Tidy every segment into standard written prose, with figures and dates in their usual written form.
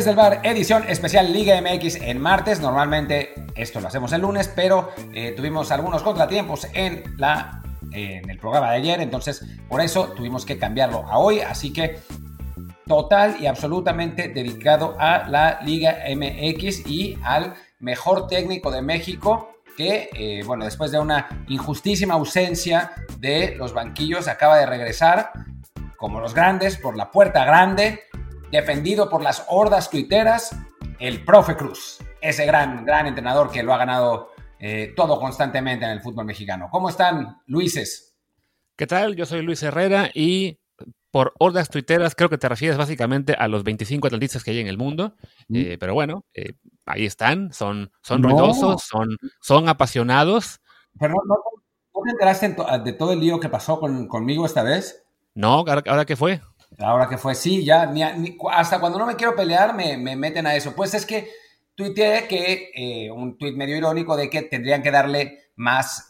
Desde el Bar, edición especial Liga MX en martes. Normalmente esto lo hacemos el lunes, pero tuvimos algunos contratiempos en el programa de ayer, entonces por eso tuvimos que cambiarlo a hoy, así que total y absolutamente dedicado a la Liga MX y al mejor técnico de México que, después de una injustísima ausencia de los banquillos, acaba de regresar como los grandes, por la puerta grande, defendido por las hordas tuiteras, el Profe Cruz, ese gran entrenador que lo ha ganado todo constantemente en el fútbol mexicano. ¿Cómo están, Luises? ¿Qué tal? Yo soy Luis Herrera y por hordas tuiteras creo que te refieres básicamente a los 25 atletistas que hay en el mundo, pero bueno, ahí están, son ruidosos, son apasionados. Pero ¿no te enteraste de todo el lío que pasó conmigo esta vez? No, ¿ahora qué fue? Ahora que fue, sí, ya, hasta cuando no me quiero pelear me meten a eso. Pues es que tuiteé que, un tuit medio irónico de que tendrían que darle más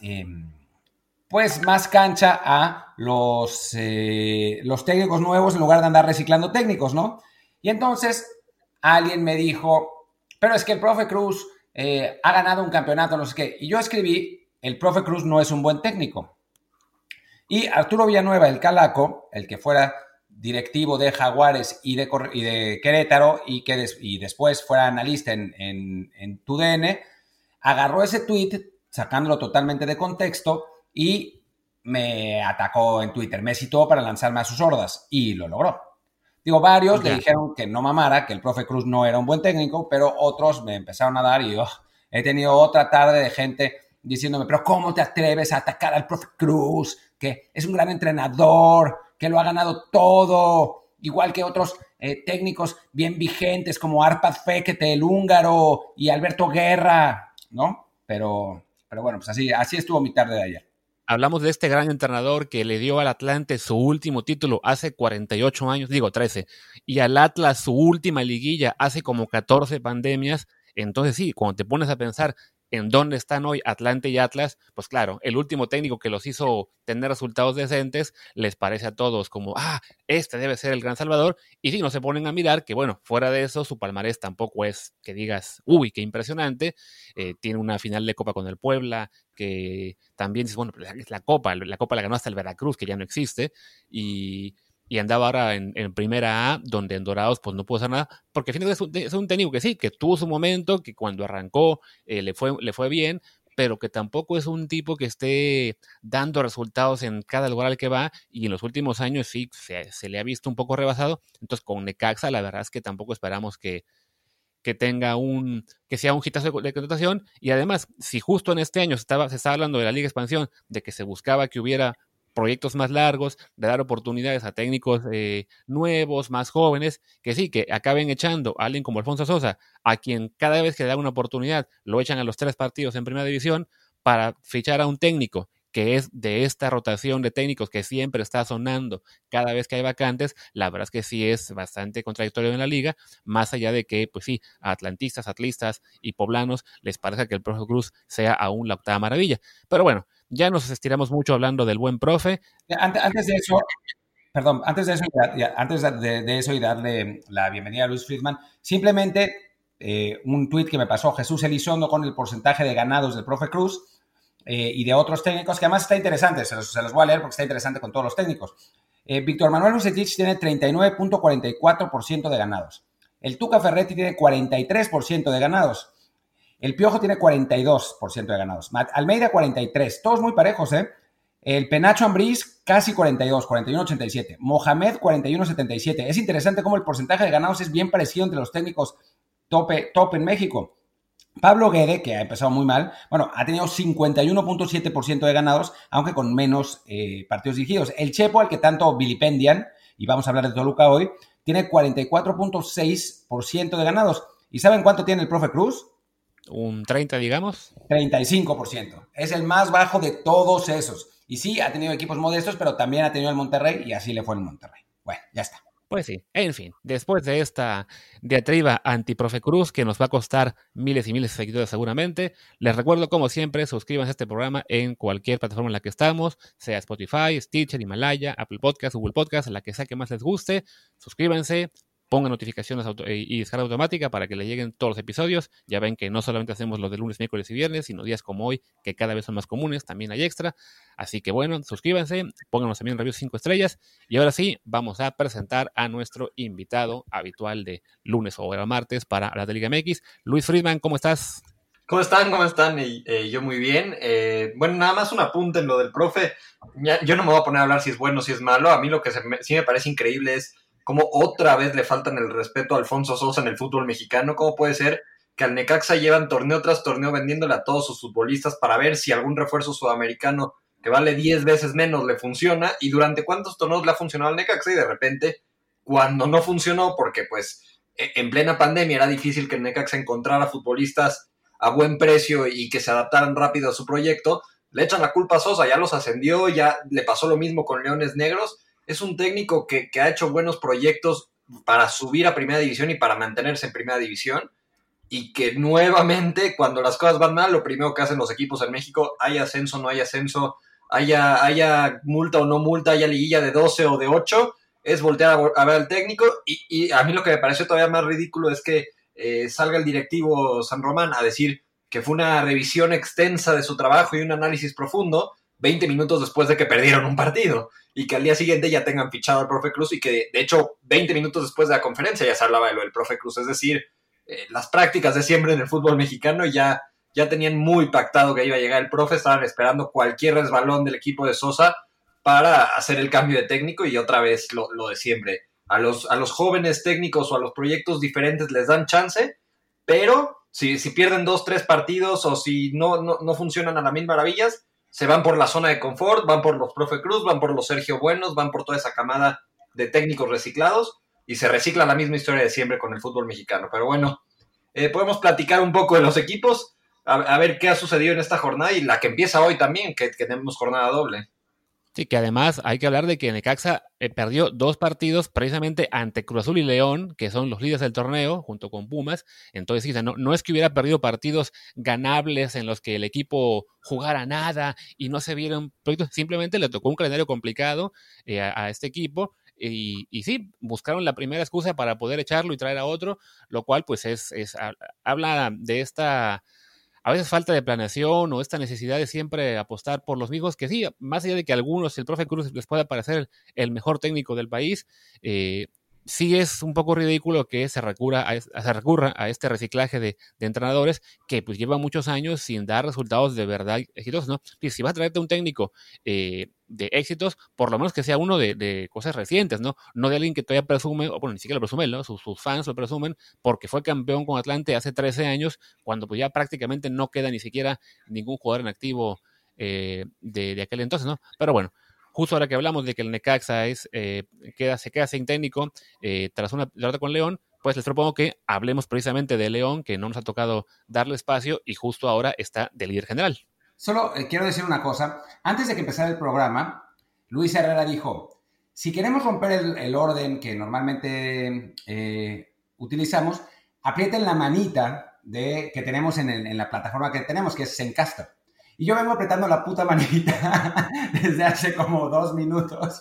cancha a los técnicos nuevos en lugar de andar reciclando técnicos, ¿no? Y entonces alguien me dijo, pero es que el Profe Cruz ha ganado un campeonato, no sé qué. Y yo escribí, el Profe Cruz no es un buen técnico. Y Arturo Villanueva, el Calaco, el que fuera directivo de Jaguares y de Querétaro y después fuera analista en TUDN, agarró ese tuit sacándolo totalmente de contexto y me atacó en Twitter, me citó para lanzarme a sus hordas y lo logró. Digo, varios le dijeron que no mamara, que el Profe Cruz no era un buen técnico, pero otros me empezaron a dar y he tenido otra tarde de gente diciéndome, pero ¿cómo te atreves a atacar al Profe Cruz? Que es un gran entrenador, que lo ha ganado todo, igual que otros técnicos bien vigentes como Arpad Fekete, el húngaro, y Alberto Guerra, ¿no? Pero bueno, pues así estuvo mi tarde de ayer. Hablamos de este gran entrenador que le dio al Atlante su último título hace 48 años, 13, y al Atlas su última liguilla hace como 14 pandemias. Entonces sí, cuando te pones a pensar en dónde están hoy Atlante y Atlas, pues claro, el último técnico que los hizo tener resultados decentes les parece a todos como, este debe ser el gran salvador, y sí, no se ponen a mirar que bueno, fuera de eso, su palmarés tampoco es que digas, uy, qué impresionante. Tiene una final de Copa con el Puebla, que también dices, bueno, la Copa la ganó hasta el Veracruz, que ya no existe, y andaba ahora en primera A, donde en Dorados pues no pudo hacer nada, porque al final es un técnico que sí, que tuvo su momento, que cuando arrancó le fue bien, pero que tampoco es un tipo que esté dando resultados en cada lugar al que va, y en los últimos años sí se le ha visto un poco rebasado. Entonces con Necaxa la verdad es que tampoco esperamos que sea un hitazo de contratación. Y además, si justo en este año se estaba hablando de la Liga de Expansión, de que se buscaba que hubiera proyectos más largos, de dar oportunidades a técnicos nuevos, más jóvenes, que sí, que acaben echando a alguien como Alfonso Sosa, a quien cada vez que le dan una oportunidad lo echan a los 3 partidos en primera división, para fichar a un técnico que es de esta rotación de técnicos que siempre está sonando cada vez que hay vacantes. La verdad es que sí es bastante contradictorio en la liga, más allá de que, pues sí, a atlantistas, atlistas y poblanos les parece que el Profe Cruz sea aún la octava maravilla. Pero bueno, ya nos estiramos mucho hablando del buen profe. Antes de eso, y darle la bienvenida a Luis Friedman, simplemente un tuit que me pasó Jesús Elizondo con el porcentaje de ganados del Profe Cruz y de otros técnicos, que además está interesante, se los voy a leer porque está interesante con todos los técnicos. Víctor Manuel Vucetich tiene 39.44% de ganados. El Tuca Ferretti tiene 43% de ganados. El Piojo tiene 42% de ganados. Almeida 43%. Todos muy parejos, ¿eh? El Penacho Ambriz casi 42, 41.87. Mohamed 41.77. Es interesante cómo el porcentaje de ganados es bien parecido entre los técnicos top en México. Pablo Guede, que ha empezado muy mal, ha tenido 51.7% de ganados, aunque con menos partidos dirigidos. El Chepo, al que tanto vilipendian, y vamos a hablar de Toluca hoy, tiene 44.6% de ganados. ¿Y saben cuánto tiene el Profe Cruz? Un 30, digamos. 35%. Es el más bajo de todos esos. Y sí, ha tenido equipos modestos, pero también ha tenido el Monterrey, y así le fue el Monterrey. Bueno, ya está. Pues sí, en fin, después de esta diatriba anti-Profe Cruz, que nos va a costar miles y miles de seguidores seguramente, les recuerdo, como siempre, suscríbanse a este programa en cualquier plataforma en la que estamos, sea Spotify, Stitcher, Himalaya, Apple Podcast, Google Podcast, la que sea que más les guste. Suscríbanse, pongan notificaciones y descarga automática para que le lleguen todos los episodios. Ya ven que no solamente hacemos los de lunes, miércoles y viernes, sino días como hoy, que cada vez son más comunes, también hay extra. Así que bueno, suscríbanse, pónganos también reviews 5 estrellas. Y ahora sí, vamos a presentar a nuestro invitado habitual de lunes o martes para la Liga MX. Luis Friedman, ¿cómo estás? ¿Cómo están? ¿Cómo están? Yo muy bien. Bueno, nada más un apunte en lo del profe. Yo no me voy a poner a hablar si es bueno o si es malo. A mí lo que sí me parece increíble es cómo otra vez le faltan el respeto a Alfonso Sosa en el fútbol mexicano. ¿Cómo puede ser que al Necaxa llevan torneo tras torneo vendiéndole a todos sus futbolistas para ver si algún refuerzo sudamericano que vale 10 veces menos le funciona? ¿Y durante cuántos torneos le ha funcionado al Necaxa? Y de repente, cuando no funcionó, porque pues en plena pandemia era difícil que el Necaxa encontrara futbolistas a buen precio y que se adaptaran rápido a su proyecto, le echan la culpa a Sosa, ya los ascendió, ya le pasó lo mismo con Leones Negros. Es un técnico que ha hecho buenos proyectos para subir a Primera División y para mantenerse en Primera División, y que nuevamente, cuando las cosas van mal, lo primero que hacen los equipos en México, hay ascenso, no hay ascenso, haya multa o no multa, haya liguilla de 12 o de 8, es voltear a ver al técnico, y a mí lo que me pareció todavía más ridículo es que salga el directivo San Román a decir que fue una revisión extensa de su trabajo y un análisis profundo 20 minutos después de que perdieron un partido, y que al día siguiente ya tengan fichado al profe Cruz, y que de hecho 20 minutos después de la conferencia ya se hablaba de lo del profe Cruz. Es decir, las prácticas de siempre en el fútbol mexicano ya tenían muy pactado que iba a llegar el profe, estaban esperando cualquier resbalón del equipo de Sosa para hacer el cambio de técnico, y otra vez lo de siempre. A los jóvenes técnicos o a los proyectos diferentes les dan chance, pero si pierden 2-3 partidos o si no funcionan a las mil maravillas, se van por la zona de confort, van por los profe Cruz, van por los Sergio Buenos, van por toda esa camada de técnicos reciclados, y se recicla la misma historia de siempre con el fútbol mexicano. Pero bueno, podemos platicar un poco de los equipos, a ver qué ha sucedido en esta jornada, y la que empieza hoy también, que tenemos jornada doble. Sí, que además hay que hablar de que Necaxa perdió 2 partidos precisamente ante Cruz Azul y León, que son los líderes del torneo, junto con Pumas. Entonces, sí, no es que hubiera perdido partidos ganables en los que el equipo jugara nada y no se vieron proyectos, simplemente le tocó un calendario complicado a este equipo. Y sí, buscaron la primera excusa para poder echarlo y traer a otro, lo cual pues habla de esta a veces falta de planeación o esta necesidad de siempre apostar por los mismos, que sí, más allá de que a algunos el profe Cruz les pueda parecer el mejor técnico del país, sí es un poco ridículo que se recurra a este reciclaje de entrenadores que pues lleva muchos años sin dar resultados de verdad exitosos, ¿no? Y si vas a traerte un técnico de éxitos, por lo menos que sea uno de cosas recientes, ¿no? No de alguien que todavía presume, o bueno, ni siquiera lo presume, ¿no? Sus fans lo presumen porque fue campeón con Atlante hace 13 años, cuando pues ya prácticamente no queda ni siquiera ningún jugador en activo de aquel entonces, ¿no? Pero bueno, justo ahora que hablamos de que el Necaxa se queda sin técnico tras una derrota con León, pues les propongo que hablemos precisamente de León, que no nos ha tocado darle espacio y justo ahora está de líder general. Solo quiero decir una cosa. Antes de que empezara el programa, Luis Herrera dijo, si queremos romper el orden que normalmente utilizamos, aprieten la manita que tenemos en la plataforma que tenemos, que es Zencastr. Y yo vengo apretando la puta manita desde hace como 2 minutos.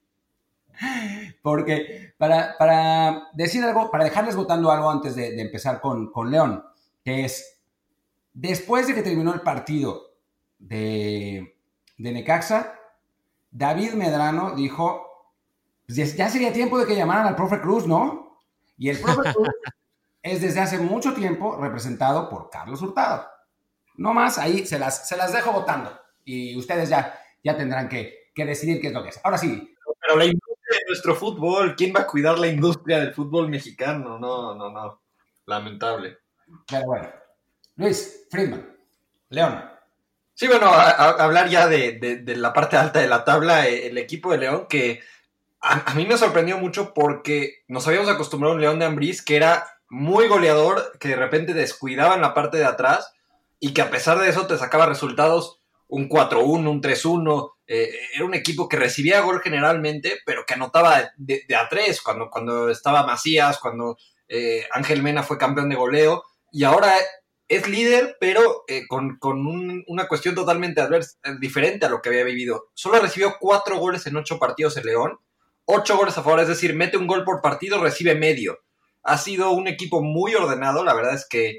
Porque para decir algo, para dejarles votando algo antes de empezar con León, que es, después de que terminó el partido de Necaxa, David Medrano dijo, pues ya sería tiempo de que llamaran al profe Cruz, ¿no? Y el profe Cruz es desde hace mucho tiempo representado por Carlos Hurtado. No más, ahí se las dejo votando. Y ustedes ya tendrán que decidir qué es lo que es. Ahora sí. Pero la industria de nuestro fútbol, ¿quién va a cuidar la industria del fútbol mexicano? No. Lamentable. Pero bueno. Luis Friedman, León. Sí, bueno, a hablar ya de la parte alta de la tabla, el equipo de León, que a mí me sorprendió mucho porque nos habíamos acostumbrado a un León de Ambriz que era muy goleador, que de repente descuidaba en la parte de atrás, y que a pesar de eso te sacaba resultados, un 4-1, un 3-1, era un equipo que recibía gol generalmente, pero que anotaba de a 3, cuando estaba Macías, cuando Ángel Mena fue campeón de goleo, y ahora es líder, pero con una cuestión totalmente diferente a lo que había vivido. Solo recibió 4 goles en 8 partidos el León, 8 goles a favor, es decir, mete un gol por partido, recibe medio. Ha sido un equipo muy ordenado, la verdad es que,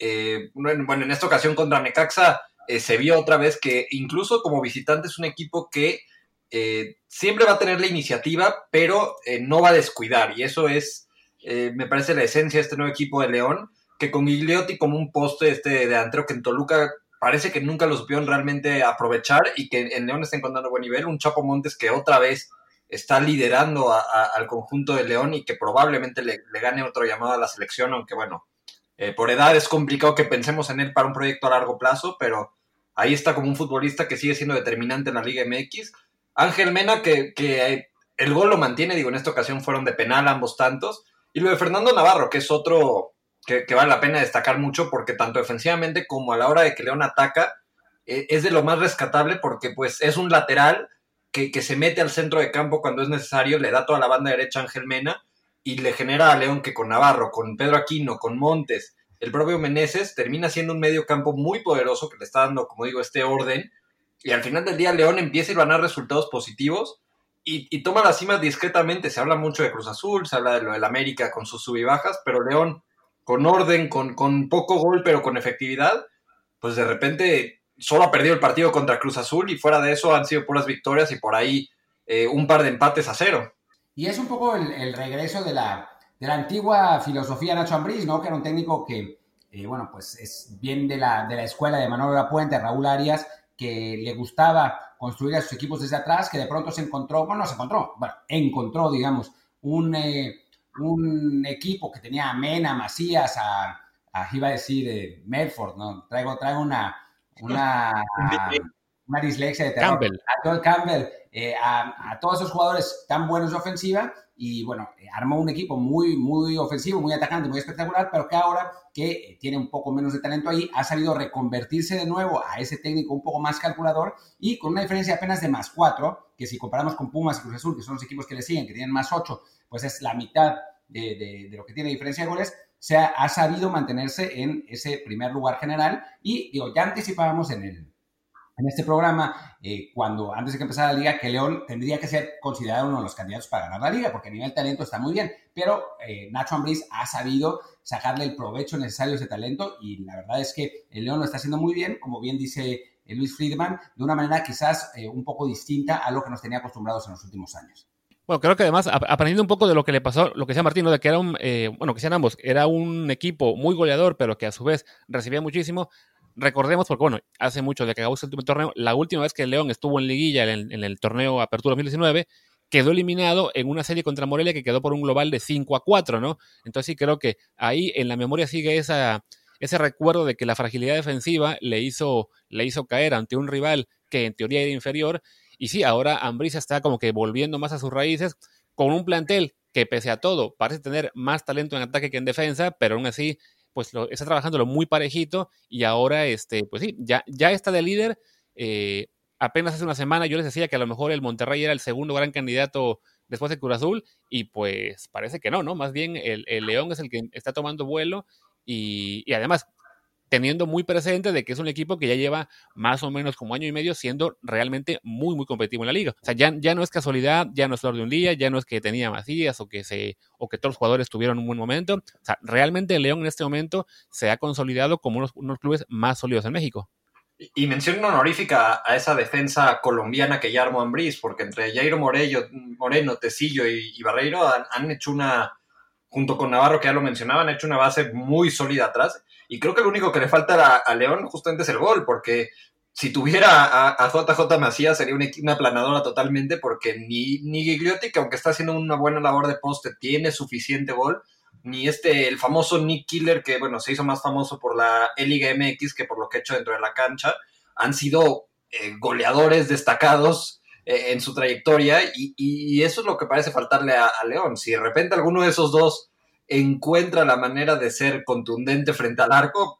en esta ocasión contra Necaxa se vio otra vez que incluso como visitante es un equipo que siempre va a tener la iniciativa, pero no va a descuidar, y eso es, me parece la esencia de este nuevo equipo de León, que con Gigliotti como un poste delantero que en Toluca parece que nunca lo supieron realmente aprovechar, y que en León está encontrando buen nivel, un Chapo Montes que otra vez está liderando al conjunto de León y que probablemente le gane otro llamado a la selección, aunque bueno, por edad es complicado que pensemos en él para un proyecto a largo plazo, pero ahí está como un futbolista que sigue siendo determinante en la Liga MX. Ángel Mena, que el gol lo mantiene, digo, en esta ocasión fueron de penal ambos tantos, y lo de Fernando Navarro, que es otro que vale la pena destacar mucho, porque tanto defensivamente como a la hora de que León ataca, es de lo más rescatable, porque pues es un lateral que se mete al centro de campo cuando es necesario, le da toda la banda derecha a Ángel Mena, y le genera a León que con Navarro, con Pedro Aquino, con Montes, el propio Meneses, termina siendo un medio campo muy poderoso que le está dando, como digo, este orden, y al final del día León empieza a ganar resultados positivos y toma la cima discretamente. Se habla mucho de Cruz Azul, se habla de lo del América con sus sub y bajas, pero León con orden, con poco gol, pero con efectividad, pues de repente solo ha perdido el partido contra Cruz Azul, y fuera de eso han sido puras victorias y por ahí un par de empates a 0. Y es un poco el regreso de la antigua filosofía Nacho Ambriz, ¿no? Que era un técnico que, bueno, pues es bien de la escuela de Manuel Lapuente, Raúl Arias, que le gustaba construir a sus equipos desde atrás, que de pronto encontró, digamos, un equipo que tenía a Mena, Macías, iba a decir Medford, ¿no? Traigo una dislexia de terror. Campbell. A Todd Campbell, a todos esos jugadores tan buenos de ofensiva, y bueno, armó un equipo muy, muy ofensivo, muy atacante, muy espectacular, pero que ahora que tiene un poco menos de talento ahí, ha sabido reconvertirse de nuevo a ese técnico un poco más calculador, y con una diferencia apenas de +4, que si comparamos con Pumas y Cruz Azul, que son los equipos que le siguen, que tienen +8, pues es la mitad de lo que tiene diferencia de goles. Ha sabido mantenerse en ese primer lugar general, y digo, ya anticipábamos en este programa, antes de que empezara la liga, que León tendría que ser considerado uno de los candidatos para ganar la liga, porque a nivel talento está muy bien, pero Nacho Ambriz ha sabido sacarle el provecho necesario a ese talento, y la verdad es que el León lo está haciendo muy bien, como bien dice Luis Friedman, de una manera quizás un poco distinta a lo que nos tenía acostumbrados en los últimos años. Bueno, creo que además, aprendiendo un poco de lo que le pasó, lo que decía Martín, ¿no? De que era que decían ambos, era un equipo muy goleador, pero que a su vez recibía muchísimo. Recordemos, porque bueno, hace mucho de que acabó este último torneo, la última vez que León estuvo en liguilla en el torneo Apertura 2019, quedó eliminado en una serie contra Morelia que quedó por un global de 5-4, ¿no? Entonces sí creo que ahí en la memoria sigue ese recuerdo de que la fragilidad defensiva le hizo caer ante un rival que en teoría era inferior, y sí, ahora Ambriz está como que volviendo más a sus raíces, con un plantel que pese a todo parece tener más talento en ataque que en defensa, pero aún así pues está trabajándolo muy parejito, y ahora, pues sí, ya está de líder. Apenas hace una semana yo les decía que a lo mejor el Monterrey era el segundo gran candidato después de Cruz Azul, y pues parece que no, más bien el León es el que está tomando vuelo, y además teniendo muy presente de que es un equipo que ya lleva más o menos como año y medio siendo realmente muy, muy competitivo en la liga. O sea, ya no es casualidad, ya no es flor de un día, ya no es que tenía Macías o que todos los jugadores tuvieron un buen momento. O sea, realmente el León en este momento se ha consolidado como unos clubes más sólidos en México. Y mención honorífica a esa defensa colombiana que ya armó Ambriz, porque entre Jairo Moreno, Tecillo y Barreiro han hecho junto con Navarro, que ya lo mencionaban, han hecho una base muy sólida atrás. Y creo que lo único que le falta a León justamente es el gol, porque si tuviera a JJ Macías sería una aplanadora totalmente, porque ni Gigliotti, que aunque está haciendo una buena labor de poste, tiene suficiente gol, ni el famoso Nick Killer, que bueno, se hizo más famoso por la Liga MX que por lo que ha hecho dentro de la cancha, han sido goleadores destacados en su trayectoria, y eso es lo que parece faltarle a León. Si de repente alguno de esos dos encuentra la manera de ser contundente frente al arco,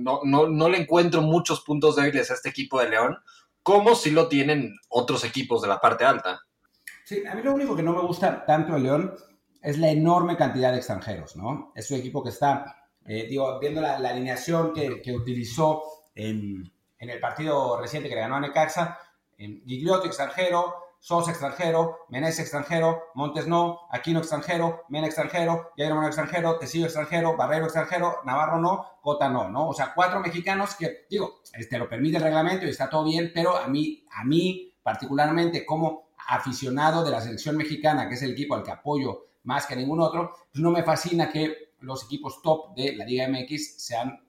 no le encuentro muchos puntos débiles a este equipo de León, como si lo tienen otros equipos de la parte alta. Sí, a mí lo único que no me gusta tanto de León es la enorme cantidad de extranjeros, ¿no? Es un equipo que está, viendo la alineación que utilizó en el partido reciente que le ganó a Necaxa, Gigliotti extranjero, Sosa extranjero, Menés extranjero, Montes no, Aquino extranjero, Mena extranjero, Jair Moreno extranjero, Tecillo extranjero, Barrero extranjero, Navarro no, Cota no, ¿no? O sea, 4 mexicanos que, digo, lo permite el reglamento y está todo bien, pero a mí particularmente como aficionado de la selección mexicana, que es el equipo al que apoyo más que ningún otro, pues no me fascina que los equipos top de la Liga MX sean,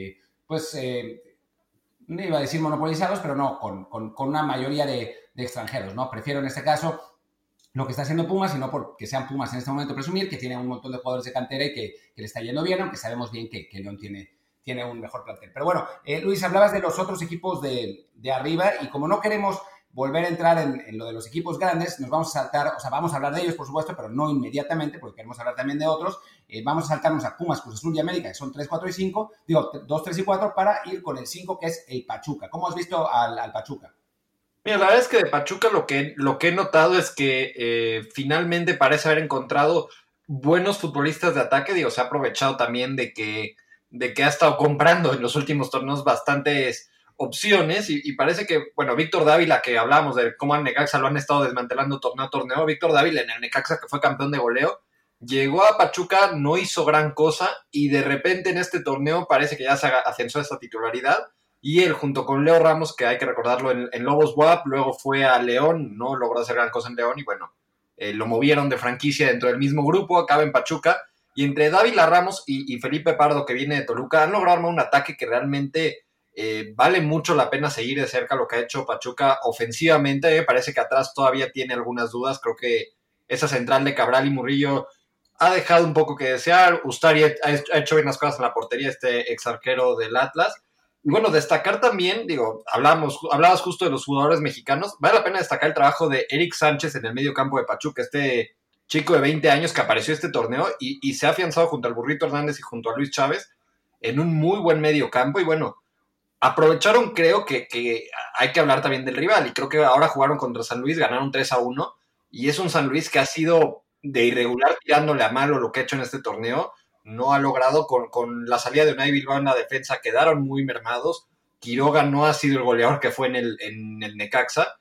no iba a decir monopolizados, pero no, con una mayoría de extranjeros, ¿no? Prefiero en este caso lo que está haciendo Pumas, y no porque sean Pumas en este momento presumir que tiene un montón de jugadores de cantera y que le está yendo bien, aunque sabemos bien que León tiene un mejor plantel. Pero bueno, Luis, hablabas de los otros equipos de arriba, y como no queremos volver a entrar en lo de los equipos grandes, nos vamos a saltar, o sea, vamos a hablar de ellos, por supuesto, pero no inmediatamente, porque queremos hablar también de otros. Vamos a saltarnos a Pumas, Cruz Azul y América, que son 3, 4 y 5, 2, 3 y 4, para ir con el 5, que es el Pachuca. ¿Cómo has visto al Pachuca? Mira, la verdad es que de Pachuca lo que he notado es que finalmente parece haber encontrado buenos futbolistas de ataque. Digo, se ha aprovechado también de que ha estado comprando en los últimos torneos bastantes opciones, y parece que, bueno, Víctor Dávila, que hablábamos de cómo al Necaxa lo han estado desmantelando torneo a torneo, Víctor Dávila en el Necaxa, que fue campeón de goleo, llegó a Pachuca, no hizo gran cosa, y de repente en este torneo parece que ya se afianzó esta titularidad, y él junto con Leo Ramos, que hay que recordarlo en Lobos WAP, luego fue a León, no logró hacer gran cosa en León, y bueno, lo movieron de franquicia dentro del mismo grupo, acaba en Pachuca, y entre Dávila Ramos y Felipe Pardo, que viene de Toluca, han logrado armar un ataque que realmente vale mucho la pena seguir de cerca lo que ha hecho Pachuca ofensivamente. Parece que atrás todavía tiene algunas dudas. Creo que esa central de Cabral y Murillo ha dejado un poco que desear. Ustari ha hecho bien las cosas en la portería, este ex arquero del Atlas. Y bueno, destacar también, digo, hablabas justo de los jugadores mexicanos. Vale la pena destacar el trabajo de Eric Sánchez en el medio campo de Pachuca, este chico de 20 años que apareció este torneo y se ha afianzado junto al Burrito Hernández y junto a Luis Chávez en un muy buen medio campo. Y bueno, aprovecharon, creo que hay que hablar también del rival, y creo que ahora jugaron contra San Luis, ganaron 3-1, y es un San Luis que ha sido de irregular tirándole a malo lo que ha hecho en este torneo. No ha logrado, con la salida de Unai Bilbao en la defensa, quedaron muy mermados. Quiroga no ha sido el goleador que fue en el Necaxa,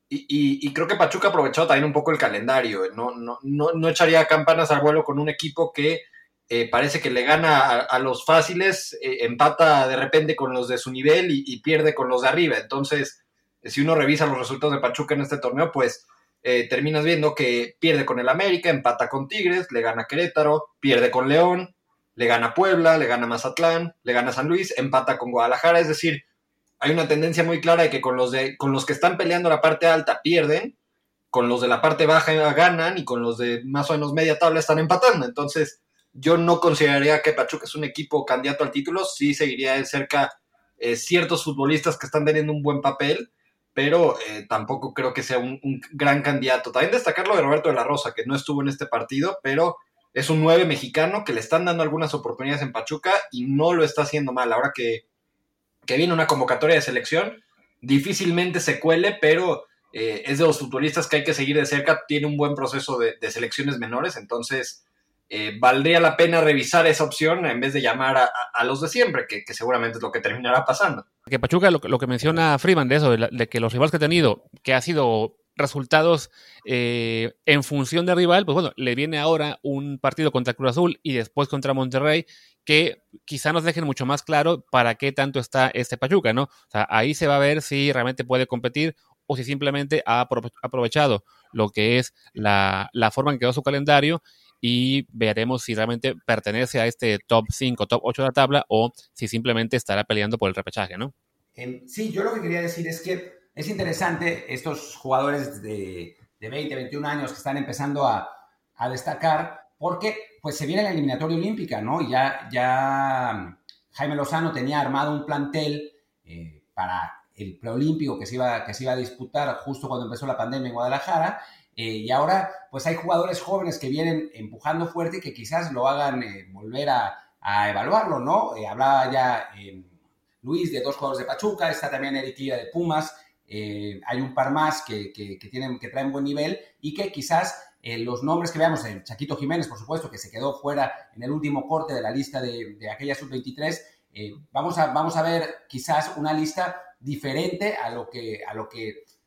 y creo que Pachuca ha aprovechado también un poco el calendario. No echaría campanas al vuelo con un equipo que parece que le gana a los fáciles, empata de repente con los de su nivel y pierde con los de arriba. Entonces, si uno revisa los resultados de Pachuca en este torneo, pues terminas viendo que pierde con el América, empata con Tigres, le gana Querétaro, pierde con León, le gana Puebla, le gana Mazatlán, le gana San Luis, empata con Guadalajara. Es decir, hay una tendencia muy clara de que con los que están peleando la parte alta pierden, con los de la parte baja ganan, y con los de más o menos media tabla están empatando. Entonces, yo no consideraría que Pachuca es un equipo candidato al título. Sí seguiría de cerca ciertos futbolistas que están teniendo un buen papel, pero tampoco creo que sea un gran candidato. También destacar lo de Roberto de la Rosa, que no estuvo en este partido, pero es un 9 mexicano que le están dando algunas oportunidades en Pachuca y no lo está haciendo mal. Ahora que viene una convocatoria de selección, difícilmente se cuele, pero es de los futbolistas que hay que seguir de cerca. Tiene un buen proceso de selecciones menores, entonces valdría la pena revisar esa opción en vez de llamar a los de siempre, que seguramente es lo que terminará pasando. Que Pachuca, lo que menciona Freeman de eso, de que los rivales que ha tenido, que ha sido resultados en función del rival, pues bueno, le viene ahora un partido contra Cruz Azul y después contra Monterrey, que quizá nos dejen mucho más claro para qué tanto está este Pachuca, ¿no? O sea, ahí se va a ver si realmente puede competir o si simplemente ha aprovechado lo que es la forma en que quedó su calendario, y veremos si realmente pertenece a este top 5, top 8 de la tabla, o si simplemente estará peleando por el repechaje, ¿no? Sí, yo lo que quería decir es que es interesante estos jugadores de 20, 21 años que están empezando a destacar, porque pues se viene la eliminatoria olímpica, ¿no? Y ya Jaime Lozano tenía armado un plantel para el preolímpico que se iba a disputar justo cuando empezó la pandemia en Guadalajara, y ahora pues hay jugadores jóvenes que vienen empujando fuerte y que quizás lo hagan volver a evaluarlo, ¿no? Hablaba ya Luis de 2 jugadores de Pachuca, está también Eric Lira de Pumas, hay un par más que traen buen nivel y que quizás los nombres que veamos, Chaquito Jiménez, por supuesto, que se quedó fuera en el último corte de la lista de aquella sub-23, vamos a ver quizás una lista diferente a lo que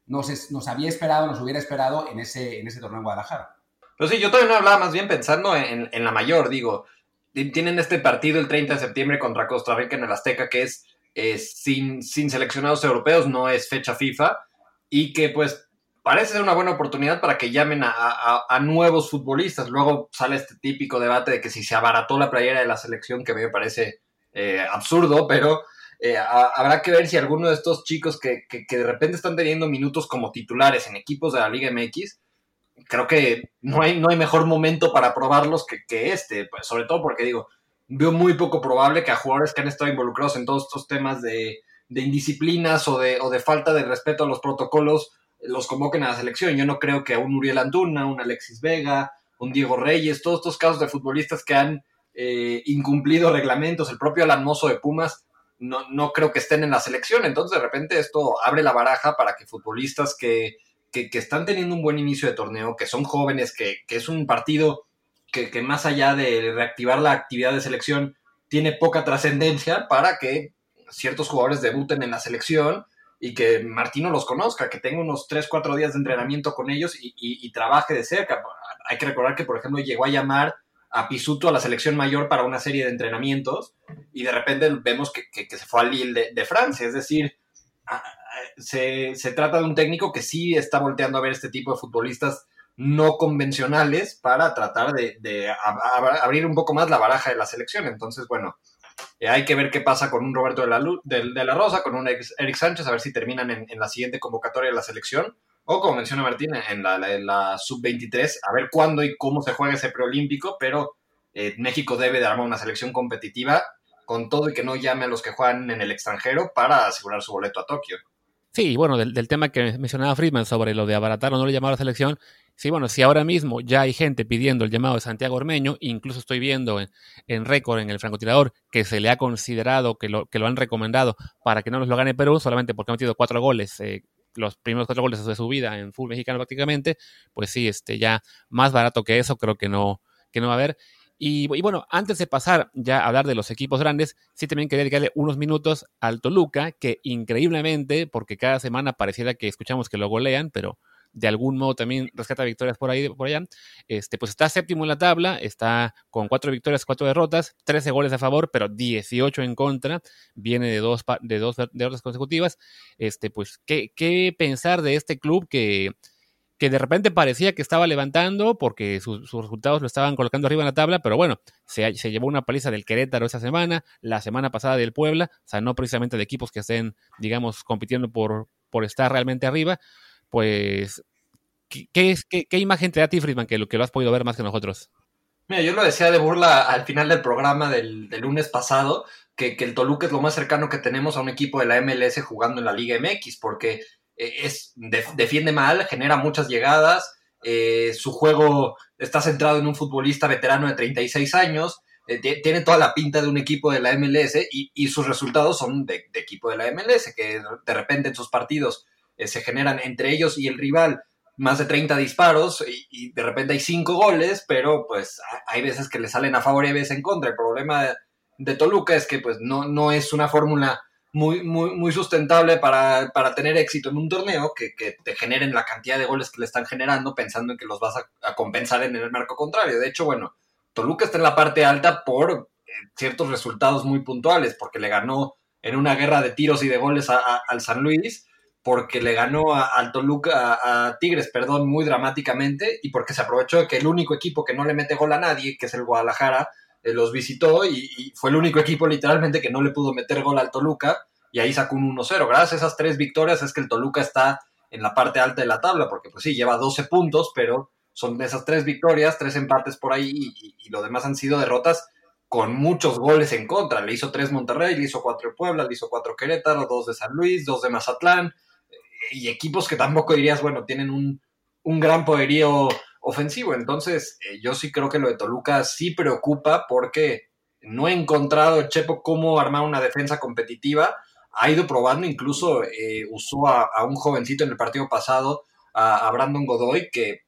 nos hubiera esperado en ese torneo en Guadalajara. Pues sí, yo todavía no hablaba, más bien pensando en la mayor, digo, tienen este partido el 30 de septiembre contra Costa Rica en el Azteca, que es sin seleccionados europeos, no es fecha FIFA, y que pues parece ser una buena oportunidad para que llamen a nuevos futbolistas. Luego sale este típico debate de que si se abarató la playera de la selección, que a mí me parece absurdo, pero habrá que ver si alguno de estos chicos que de repente están teniendo minutos como titulares en equipos de la Liga MX, creo que no hay mejor momento para probarlos que este, pues, sobre todo porque digo, veo muy poco probable que a jugadores que han estado involucrados en todos estos temas de indisciplinas o de falta de respeto a los protocolos los convoquen a la selección. Yo no creo que a un Uriel Antuna, un Alexis Vega, un Diego Reyes, todos estos casos de futbolistas que han incumplido reglamentos, el propio Alan Mozo de Pumas, no creo que estén en la selección. Entonces de repente esto abre la baraja para que futbolistas que están teniendo un buen inicio de torneo, que son jóvenes, que es un partido que más allá de reactivar la actividad de selección, tiene poca trascendencia para que ciertos jugadores debuten en la selección y que Martino los conozca, que tenga unos 3-4 días de entrenamiento con ellos y trabaje de cerca. Hay que recordar que, por ejemplo, llegó a llamar a Pisuto a la selección mayor para una serie de entrenamientos y de repente vemos que se fue al Lille de Francia. Es decir, se trata de un técnico que sí está volteando a ver este tipo de futbolistas no convencionales para tratar de abrir un poco más la baraja de la selección. Entonces, bueno, hay que ver qué pasa con un Roberto de la Rosa, con un Eric Sánchez, a ver si terminan en la siguiente convocatoria de la selección, o como menciona Martín, en la sub-23, a ver cuándo y cómo se juega ese preolímpico, pero México debe de armar una selección competitiva con todo y que no llame a los que juegan en el extranjero para asegurar su boleto a Tokio. Sí, bueno, del tema que mencionaba Friedman sobre lo de abaratar o no le llamar a la selección, sí, bueno, si ahora mismo ya hay gente pidiendo el llamado de Santiago Ormeño, incluso estoy viendo en récord, en el francotirador, que se le ha considerado, que lo han recomendado para que no nos lo gane Perú, solamente porque ha metido 4 goles, los primeros 4 goles de su vida en fútbol mexicano prácticamente, pues sí, ya más barato que eso creo que no va a haber. Y bueno, antes de pasar ya a hablar de los equipos grandes, sí también quería dedicarle unos minutos al Toluca, que increíblemente, porque cada semana pareciera que escuchamos que lo golean, pero de algún modo también rescata victorias por ahí, por allá, pues está séptimo en la tabla, está con 4 victorias, 4 derrotas, 13 goles a favor, pero 18 en contra, viene de dos derrotas consecutivas. Pues, ¿qué pensar de este club que de repente parecía que estaba levantando porque sus resultados lo estaban colocando arriba en la tabla, pero bueno, se llevó una paliza del Querétaro esa semana, la semana pasada del Puebla, o sea, no precisamente de equipos que estén, digamos, compitiendo por estar realmente arriba? Pues, ¿qué imagen te da a ti, Friedman, que lo has podido ver más que nosotros? Mira, yo lo decía de burla al final del programa del lunes pasado, que el Toluca es lo más cercano que tenemos a un equipo de la MLS jugando en la Liga MX, porque defiende mal, genera muchas llegadas, su juego está centrado en un futbolista veterano de 36 años, tiene toda la pinta de un equipo de la MLS y sus resultados son de equipo de la MLS, que de repente en sus partidos se generan entre ellos y el rival más de 30 disparos y de repente hay 5 goles, pero pues hay veces que le salen a favor y hay veces en contra. El problema de Toluca es que pues no es una fórmula muy sustentable para tener éxito en un torneo que te generen la cantidad de goles que le están generando pensando en que los vas a compensar en el marco contrario. De hecho, bueno, Toluca está en la parte alta por ciertos resultados muy puntuales, porque le ganó en una guerra de tiros y de goles al San Luis, porque le ganó al Toluca, a Tigres, perdón, muy dramáticamente, y porque se aprovechó de que el único equipo que no le mete gol a nadie, que es el Guadalajara, los visitó y fue el único equipo literalmente que no le pudo meter gol al Toluca y ahí sacó un 1-0. Gracias a esas 3 victorias es que el Toluca está en la parte alta de la tabla, porque pues sí, lleva 12 puntos, pero son esas 3 victorias, 3 empates por ahí y lo demás han sido derrotas con muchos goles en contra. Le hizo 3 Monterrey, le hizo 4 Puebla, le hizo 4 Querétaro, 2 de San Luis, 2 de Mazatlán, y equipos que tampoco dirías, bueno, tienen un gran poderío ofensivo. Entonces, yo sí creo que lo de Toluca sí preocupa porque no he encontrado, Chepo, cómo armar una defensa competitiva. Ha ido probando, incluso usó a un jovencito en el partido pasado, a Brandon Godoy, que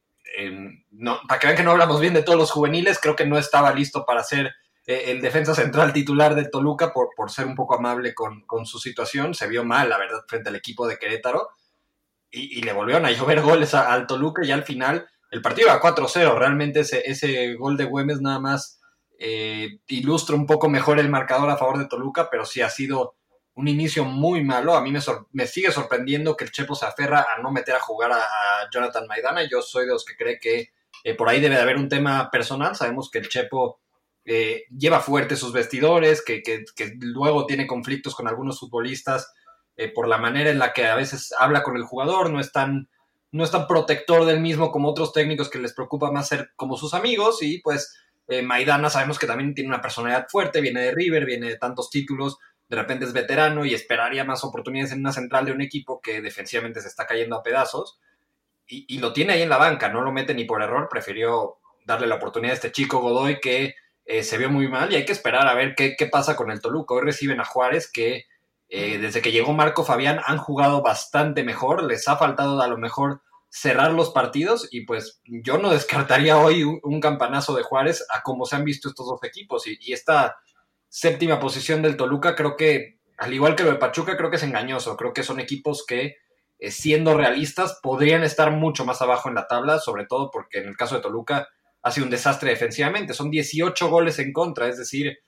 no, para que vean que no hablamos bien de todos los juveniles, creo que no estaba listo para ser el defensa central titular de Toluca por ser un poco amable con su situación. Se vio mal, la verdad, frente al equipo de Querétaro. y le volvieron a llover goles al Toluca, y al final el partido iba 4-0. Realmente ese gol de Güemes nada más ilustra un poco mejor el marcador a favor de Toluca, pero sí ha sido un inicio muy malo. A mí me sigue sorprendiendo que el Chepo se aferra a no meter a jugar a Jonathan Maidana. Yo soy de los que cree que por ahí debe de haber un tema personal. Sabemos que el Chepo lleva fuerte sus vestidores, que luego tiene conflictos con algunos futbolistas por la manera en la que a veces habla con el jugador, no es tan protector del mismo como otros técnicos que les preocupa más ser como sus amigos. Y pues Maidana sabemos que también tiene una personalidad fuerte, viene de River, viene de tantos títulos, de repente es veterano y esperaría más oportunidades en una central de un equipo que defensivamente se está cayendo a pedazos, y lo tiene ahí en la banca, no lo mete ni por error, prefirió darle la oportunidad a este chico Godoy que se vio muy mal, y hay que esperar a ver qué pasa con el Toluca. Hoy reciben a Juárez, que desde que llegó Marco Fabián han jugado bastante mejor, les ha faltado a lo mejor cerrar los partidos, y pues yo no descartaría hoy un campanazo de Juárez a como se han visto estos dos equipos, y esta séptima posición del Toluca creo que, al igual que lo de Pachuca, creo que es engañoso. Creo que son equipos que, siendo realistas, podrían estar mucho más abajo en la tabla, sobre todo porque en el caso de Toluca ha sido un desastre defensivamente. Son 18 goles en contra, es decir,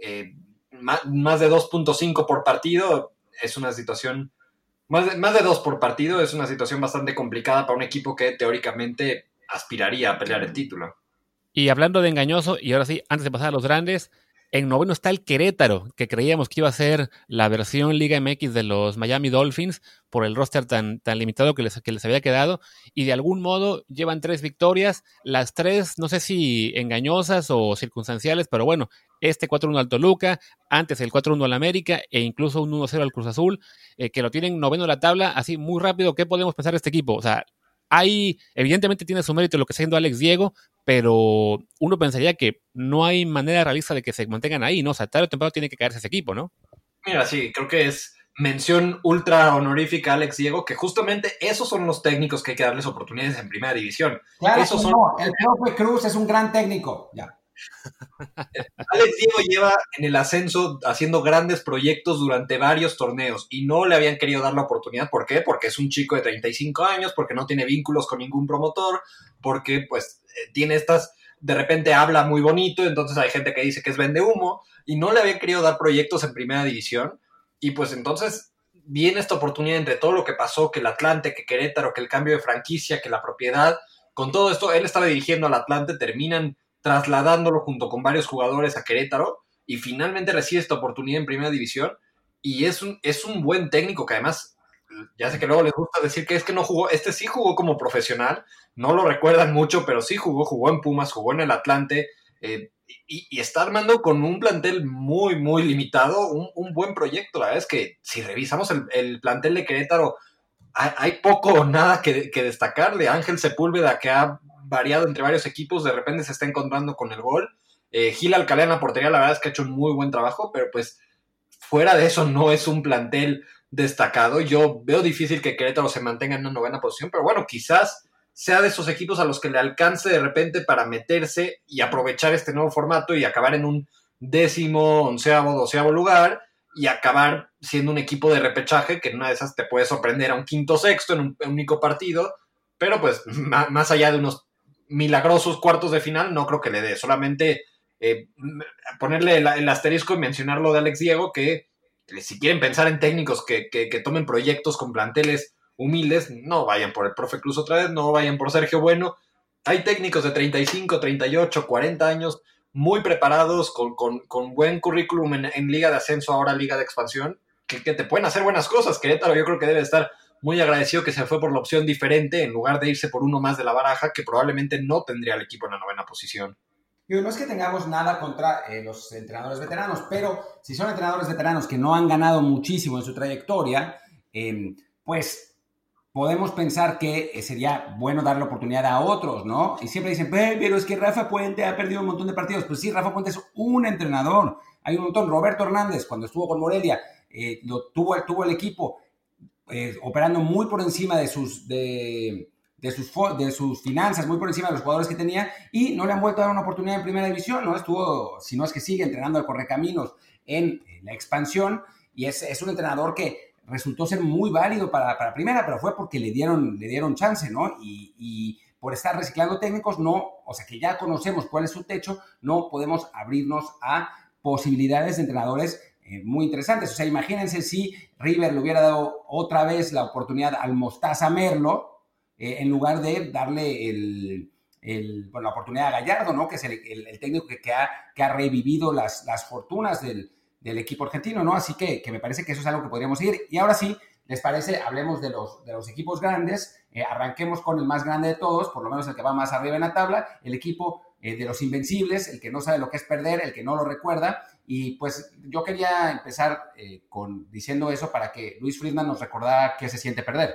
más de 2.5 por partido. Es una situación, más de 2 por partido, es una situación bastante complicada para un equipo que teóricamente aspiraría a pelear el título. Y hablando de engañoso, y ahora sí, antes de pasar a los grandes, en noveno está el Querétaro, que creíamos que iba a ser la versión Liga MX de los Miami Dolphins por el roster tan limitado que les había quedado, y de algún modo llevan 3 victorias, las 3 no sé si engañosas o circunstanciales, pero bueno, 4-1 al Toluca, antes el 4-1 al América e incluso un 1-0 al Cruz Azul, que lo tienen noveno en la tabla. Así muy rápido, ¿qué podemos pensar de este equipo? O sea, evidentemente tiene su mérito lo que está haciendo Alex Diego, pero uno pensaría que no hay manera realista de que se mantengan ahí, ¿no? O sea, tarde o temprano tiene que caerse ese equipo, ¿no? Mira, sí, creo que es mención ultra honorífica a Alex Diego, que justamente esos son los técnicos que hay que darles oportunidades en primera división. Claro, esos son... no, el profe Cruz es un gran técnico, ya. Alex Diego lleva en el ascenso haciendo grandes proyectos durante varios torneos y no le habían querido dar la oportunidad. ¿Por qué? Porque es un chico de 35 años, porque no tiene vínculos con ningún promotor, porque pues tiene de repente habla muy bonito, entonces hay gente que dice que es vende humo, y no le habían querido dar proyectos en primera división. Y pues entonces viene esta oportunidad entre todo lo que pasó, que el Atlante, que Querétaro, que el cambio de franquicia, que la propiedad. Con todo esto, él estaba dirigiendo al Atlante, terminan trasladándolo junto con varios jugadores a Querétaro, y finalmente recibe esta oportunidad en primera división. Y es un buen técnico que además, ya sé que luego les gusta decir que es que no jugó, sí jugó como profesional, no lo recuerdan mucho, pero sí jugó en Pumas, jugó en el Atlante, y está armando con un plantel muy, muy limitado un buen proyecto. La verdad es que si revisamos el plantel de Querétaro, hay poco o nada que destacarle. Ángel Sepúlveda, que ha variado entre varios equipos, de repente se está encontrando con el gol. Gil Alcalá en la portería, la verdad es que ha hecho un muy buen trabajo, pero pues fuera de eso no es un plantel destacado. Yo veo difícil que Querétaro se mantenga en una novena posición, pero bueno, quizás sea de esos equipos a los que le alcance de repente para meterse y aprovechar este nuevo formato y acabar en un 10º, 11º, 12º lugar, y acabar siendo un equipo de repechaje que en una de esas te puede sorprender a un 5º, 6º en un único partido, pero pues más allá de unos milagrosos cuartos de final no creo que le dé. Solamente ponerle el asterisco y mencionarlo de Alex Diego, que si quieren pensar en técnicos que tomen proyectos con planteles humildes, no vayan por el profe Cruz otra vez, no vayan por Sergio Bueno. Hay técnicos de 35, 38, 40 años muy preparados, con buen currículum en Liga de Ascenso, ahora Liga de Expansión, que te pueden hacer buenas cosas. Querétaro yo creo que debe estar muy agradecido que se fue por la opción diferente en lugar de irse por uno más de la baraja, que probablemente no tendría el equipo en la novena posición. Y no es que tengamos nada contra los entrenadores veteranos, pero si son entrenadores veteranos que no han ganado muchísimo en su trayectoria, pues podemos pensar que sería bueno darle la oportunidad a otros, ¿no? Y siempre dicen, pero es que Rafa Puente ha perdido un montón de partidos. Pues sí, Rafa Puente es un entrenador. Hay un montón. Roberto Hernández, cuando estuvo con Morelia, tuvo el equipo operando muy por encima de sus finanzas, muy por encima de los jugadores que tenía, y no le han vuelto a dar una oportunidad en primera división, ¿no? Estuvo, si no es que sigue entrenando al Correcaminos en la expansión, y es un entrenador que resultó ser muy válido para primera, pero fue porque le dieron chance, ¿no? Y por estar reciclando técnicos, no, o sea, que ya conocemos cuál es su techo, no podemos abrirnos a posibilidades de entrenadores muy interesantes. O sea, imagínense si River le hubiera dado otra vez la oportunidad al Mostaza Merlo, en lugar de darle la oportunidad a Gallardo, ¿no? Que es el técnico que ha revivido las fortunas del equipo argentino, ¿no? Así que me parece que eso es algo que podríamos seguir. Y ahora sí, ¿les parece? Hablemos de los equipos grandes. Arranquemos con el más grande de todos, por lo menos el que va más arriba en la tabla, el equipo de los invencibles, el que no sabe lo que es perder, el que no lo recuerda. Y pues yo quería empezar diciendo eso para que Luis Friedman nos recordara qué se siente perder.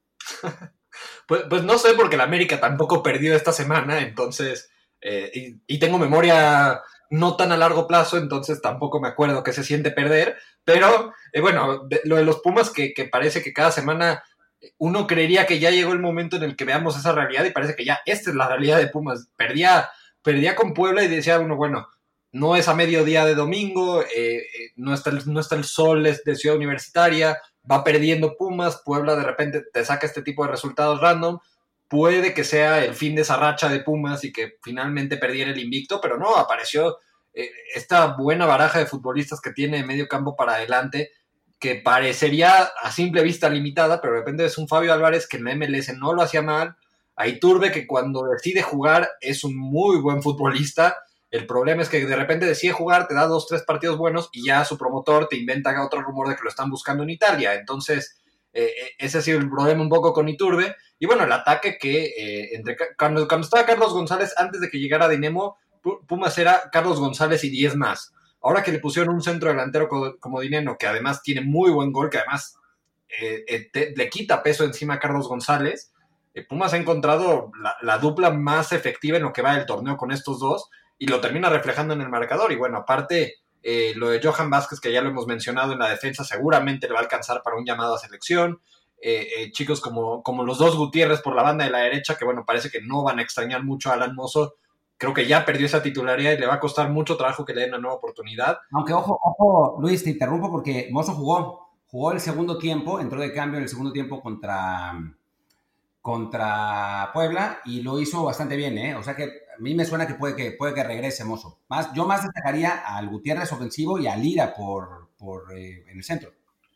Pues no sé, porque el América tampoco perdió esta semana, entonces, y tengo memoria no tan a largo plazo, entonces tampoco me acuerdo qué se siente perder, pero bueno, lo de los Pumas, que parece que cada semana uno creería que ya llegó el momento en el que veamos esa realidad, y parece que ya esta es la realidad de Pumas. Perdía con Puebla y decía uno, bueno, no es a mediodía de domingo, no está el sol de Ciudad Universitaria, va perdiendo Pumas, Puebla de repente te saca este tipo de resultados random, puede que sea el fin de esa racha de Pumas y que finalmente perdiera el invicto, pero no, apareció esta buena baraja de futbolistas que tiene de medio campo para adelante, que parecería a simple vista limitada, pero de repente es un Fabio Álvarez que en la MLS no lo hacía mal, a Iturbe que cuando decide jugar es un muy buen futbolista. El problema es que de repente decide jugar, te da 2-3 partidos buenos y ya su promotor te inventa otro rumor de que lo están buscando en Italia. Entonces, ese ha sido el problema un poco con Iturbe. Y bueno, el ataque que cuando estaba Carlos González, antes de que llegara Dinamo, Pumas era Carlos González y 10 más. Ahora que le pusieron un centro delantero como Dinamo, que además tiene muy buen gol, que además le quita peso encima a Carlos González, Pumas ha encontrado la dupla más efectiva en lo que va del torneo con estos dos, y lo termina reflejando en el marcador. Y bueno, aparte, lo de Johan Vázquez, que ya lo hemos mencionado en la defensa, seguramente le va a alcanzar para un llamado a selección. Chicos como los dos Gutiérrez por la banda de la derecha, que bueno, parece que no van a extrañar mucho a Alan Mozo. Creo que ya perdió esa titularidad y le va a costar mucho trabajo que le den una nueva oportunidad. Aunque ojo, Luis, te interrumpo porque Mozo jugó el segundo tiempo, entró de cambio en el segundo tiempo contra Puebla y lo hizo bastante bien, ¿eh? O sea que a mí me suena que puede que regrese Mozo. Yo más destacaría al Gutiérrez ofensivo y a Lira en el centro.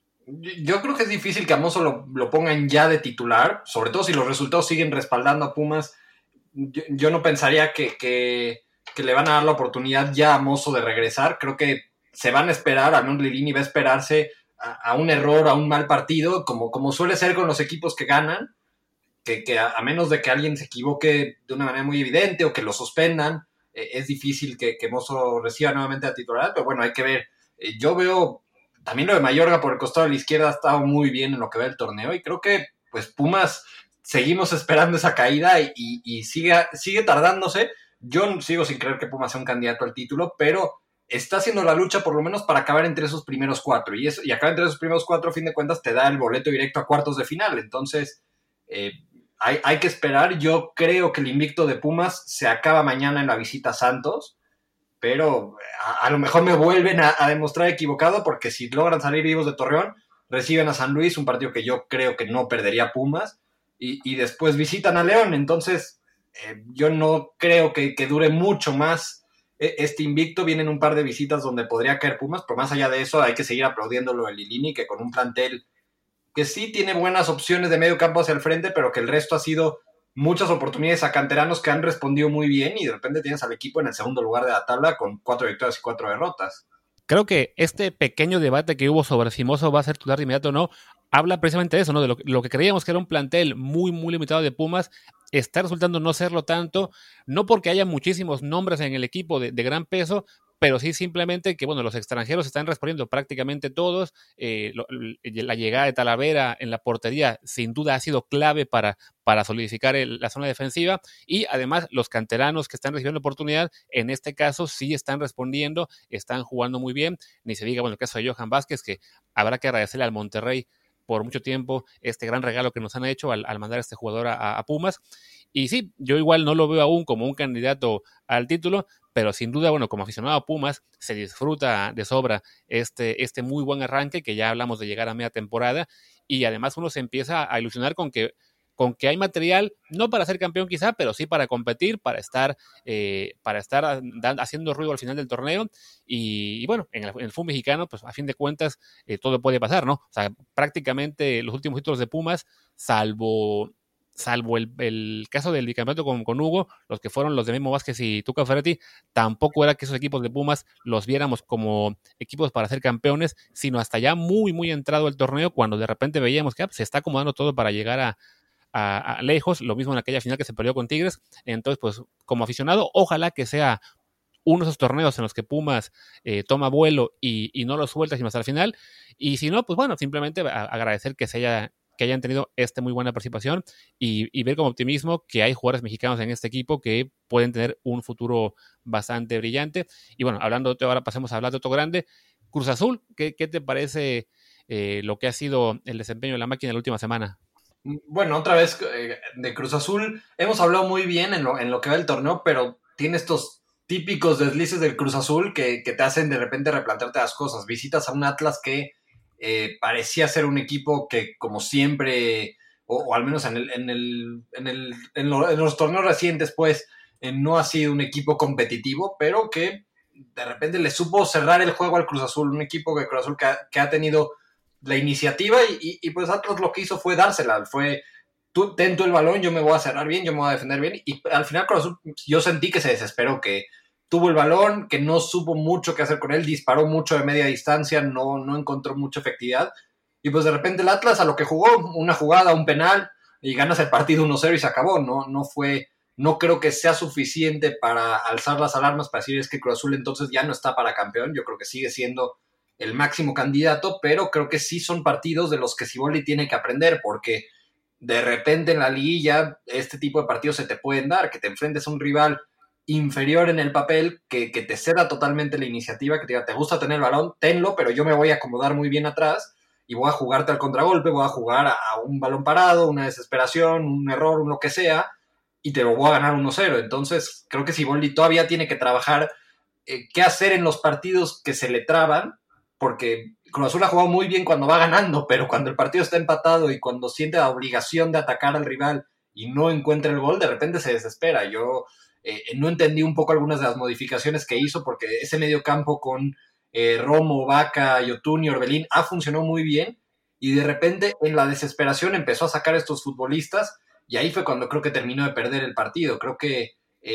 Yo creo que es difícil que a Mozo lo pongan ya de titular, sobre todo si los resultados siguen respaldando a Pumas. Yo no pensaría que le van a dar la oportunidad ya a Mozo de regresar. Creo que se van a esperar, al menos Lilini va a esperarse a un error, a un mal partido, como suele ser con los equipos que ganan, que a menos de que alguien se equivoque de una manera muy evidente o que lo suspendan, es difícil que Mozo reciba nuevamente la titularidad, pero bueno, hay que ver. Yo veo también lo de Mayorga por el costado de la izquierda ha estado muy bien en lo que va el torneo, y creo que pues Pumas seguimos esperando esa caída y sigue tardándose. Yo sigo sin creer que Pumas sea un candidato al título, pero está haciendo la lucha por lo menos para acabar entre esos primeros 4, y acabar entre esos primeros 4 a fin de cuentas te da el boleto directo a cuartos de final. Entonces hay que esperar. Yo creo que el invicto de Pumas se acaba mañana en la visita a Santos, pero a lo mejor me vuelven a demostrar equivocado, porque si logran salir vivos de Torreón, reciben a San Luis, un partido que yo creo que no perdería Pumas, y después visitan a León. Entonces yo no creo que dure mucho más este invicto. Vienen un par de visitas donde podría caer Pumas, pero más allá de eso hay que seguir aplaudiéndolo a Lilini, que con un plantel que sí tiene buenas opciones de medio campo hacia el frente, pero que el resto ha sido muchas oportunidades a canteranos que han respondido muy bien, y de repente tienes al equipo en el segundo lugar de la tabla con 4 victorias y 4 derrotas. Creo que este pequeño debate que hubo sobre si Mozo va a ser titular de inmediato o no, habla precisamente de eso, ¿no? De lo que creíamos que era un plantel muy, muy limitado de Pumas, está resultando no serlo tanto, no porque haya muchísimos nombres en el equipo de gran peso, pero sí simplemente que, bueno, los extranjeros están respondiendo prácticamente todos. La llegada de Talavera en la portería sin duda ha sido clave para solidificar la zona defensiva, y además los canteranos que están recibiendo oportunidad, en este caso sí están respondiendo, están jugando muy bien. Ni se diga, bueno, el caso de Johan Vázquez, que habrá que agradecerle al Monterrey por mucho tiempo este gran regalo que nos han hecho al mandar a este jugador a Pumas. Y sí, yo igual no lo veo aún como un candidato al título, pero sin duda, bueno, como aficionado a Pumas, se disfruta de sobra este muy buen arranque, que ya hablamos de llegar a media temporada, y además uno se empieza a ilusionar con que hay material, no para ser campeón quizá, pero sí para competir, para estar haciendo ruido al final del torneo, y bueno, en el fútbol mexicano, pues a fin de cuentas, todo puede pasar, ¿no? O sea, prácticamente los últimos títulos de Pumas, salvo el caso del bicampeonato con Hugo, los que fueron los de Memo Vázquez y Tuca Ferretti, tampoco era que esos equipos de Pumas los viéramos como equipos para ser campeones, sino hasta ya muy, muy entrado el torneo, cuando de repente veíamos que se está acomodando todo para llegar a lejos, lo mismo en aquella final que se perdió con Tigres. Entonces, pues como aficionado, ojalá que sea uno de esos torneos en los que Pumas toma vuelo y no lo suelta sino hasta el final, y si no, pues bueno, simplemente agradecer que hayan tenido muy buena participación y ver con optimismo que hay jugadores mexicanos en este equipo que pueden tener un futuro bastante brillante. Y bueno, ahora pasemos a hablar de otro grande, Cruz Azul. ¿Qué te parece lo que ha sido el desempeño de la máquina la última semana? Bueno, otra vez de Cruz Azul, hemos hablado muy bien en lo que va el torneo, pero tiene estos típicos deslices del Cruz Azul que te hacen de repente replantearte las cosas. Visitas a un Atlas que parecía ser un equipo que, como siempre, o al menos en los torneos recientes, pues, no ha sido un equipo competitivo, pero que de repente le supo cerrar el juego al Cruz Azul, un equipo que Cruz Azul que ha tenido la iniciativa y pues Atlas lo que hizo fue dársela, fue tú ten tú el balón, yo me voy a cerrar bien, yo me voy a defender bien, y al final Cruz Azul yo sentí que se desesperó, que tuvo el balón, que no supo mucho qué hacer con él, disparó mucho de media distancia, no encontró mucha efectividad, y pues de repente el Atlas a lo que jugó, una jugada, un penal, y ganas el partido 1-0 y se acabó, no creo que sea suficiente para alzar las alarmas para decir es que Cruz Azul entonces ya no está para campeón, yo creo que sigue siendo el máximo candidato, pero creo que sí son partidos de los que Siboldi tiene que aprender, porque de repente en la liguilla este tipo de partidos se te pueden dar, que te enfrentes a un rival inferior en el papel, que te ceda totalmente la iniciativa, que te diga, te gusta tener el balón, tenlo, pero yo me voy a acomodar muy bien atrás y voy a jugarte al contragolpe, voy a jugar a un balón parado, una desesperación, un error, un lo que sea, y te lo voy a ganar 1-0. Entonces creo que Siboldi todavía tiene que trabajar qué hacer en los partidos que se le traban, porque Cruz Azul ha jugado muy bien cuando va ganando, pero cuando el partido está empatado y cuando siente la obligación de atacar al rival y no encuentra el gol, de repente se desespera. Yo no entendí un poco algunas de las modificaciones que hizo, porque ese medio campo con Romo, Vaca, Yotun y Orbelín ha funcionado muy bien, y de repente en la desesperación empezó a sacar a estos futbolistas, y ahí fue cuando creo que terminó de perder el partido. Creo que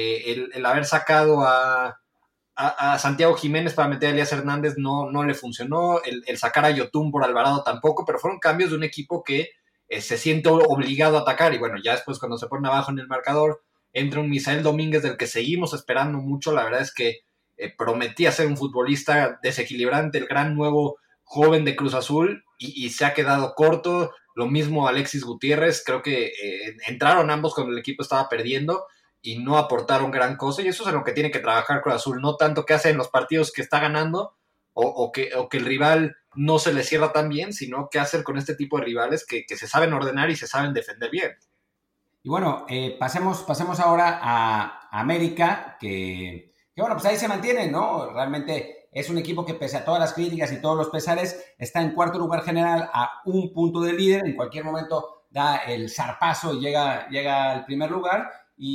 el haber sacado a Santiago Jiménez para meter a Elías Hernández no le funcionó, el sacar a Yotun por Alvarado tampoco, pero fueron cambios de un equipo que se siente obligado a atacar, y bueno, ya después cuando se ponen abajo en el marcador, entra un Misael Domínguez del que seguimos esperando mucho. La verdad es que prometía ser un futbolista desequilibrante, el gran nuevo joven de Cruz Azul, y se ha quedado corto. Lo mismo Alexis Gutiérrez, creo que entraron ambos cuando el equipo estaba perdiendo y no aportaron gran cosa, y eso es en lo que tiene que trabajar Cruz Azul, no tanto qué hace en los partidos que está ganando o que el rival no se le cierra tan bien, sino qué hacer con este tipo de rivales que se saben ordenar y se saben defender bien. Y bueno, pasemos ahora a América, que bueno, pues ahí se mantiene, ¿no? Realmente es un equipo que, pese a todas las críticas y todos los pesares, está en cuarto lugar general a un punto del líder. En cualquier momento da el zarpazo y llega al primer lugar.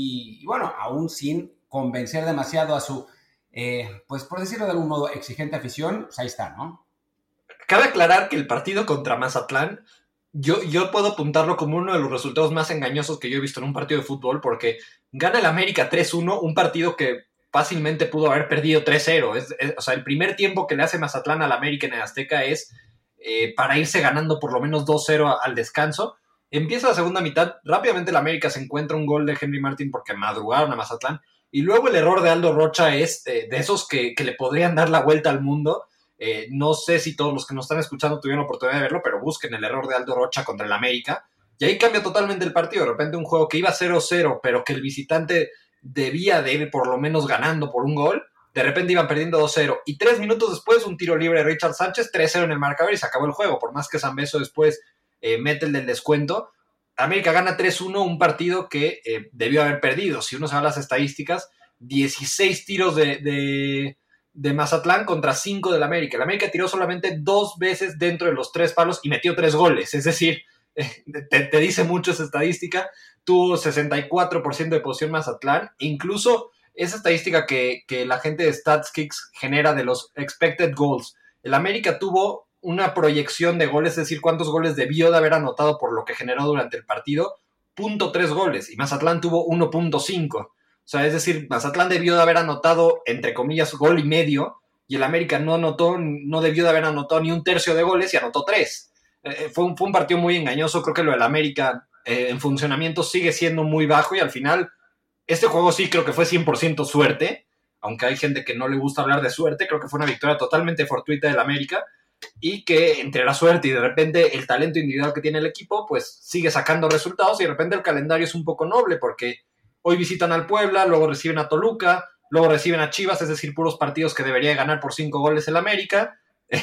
Y bueno, aún sin convencer demasiado a su, pues por decirlo de algún modo, exigente afición, pues ahí está, ¿no? Cabe aclarar que el partido contra Mazatlán, yo puedo apuntarlo como uno de los resultados más engañosos que yo he visto en un partido de fútbol, porque gana el América 3-1, un partido que fácilmente pudo haber perdido 3-0. O sea, el primer tiempo que le hace Mazatlán al América en el Azteca es para irse ganando por lo menos 2-0 al descanso. Empieza la segunda mitad, rápidamente el América se encuentra un gol de Henry Martin porque madrugaron a Mazatlán, y luego el error de Aldo Rocha es de esos que le podrían dar la vuelta al mundo. No sé si todos los que nos están escuchando tuvieron la oportunidad de verlo, pero busquen el error de Aldo Rocha contra el América, y ahí cambia totalmente el partido. De repente un juego que iba 0-0, pero que el visitante debía de ir por lo menos ganando por un gol, de repente iban perdiendo 2-0, y 3 minutos después un tiro libre de Richard Sánchez, 3-0 en el marcador y se acabó el juego, por más que Zambeso después mete el del descuento. América gana 3-1, un partido que debió haber perdido. Si uno se va a las estadísticas, 16 tiros de Mazatlán contra 5 del América. El América tiró solamente 2 veces dentro de los 3 palos y metió 3 goles. Es decir, te dice mucho esa estadística. Tuvo 64% de posesión Mazatlán. E incluso esa estadística que la gente de StatsKicks genera de los expected goals. El América tuvo una proyección de goles, es decir, cuántos goles debió de haber anotado por lo que generó durante el partido, 0.3 goles, y Mazatlán tuvo 1.5. O sea, es decir, Mazatlán debió de haber anotado, entre comillas, gol y medio, y el América no debió de haber anotado ni un tercio de goles y anotó 3. Fue un partido muy engañoso. Creo que lo del América en funcionamiento sigue siendo muy bajo, y al final, este juego sí creo que fue 100% suerte, aunque hay gente que no le gusta hablar de suerte. Creo que fue una victoria totalmente fortuita del América, y que entre la suerte y de repente el talento individual que tiene el equipo, pues sigue sacando resultados, y de repente el calendario es un poco noble, porque hoy visitan al Puebla, luego reciben a Toluca, luego reciben a Chivas, es decir, puros partidos que debería ganar por 5 goles el América,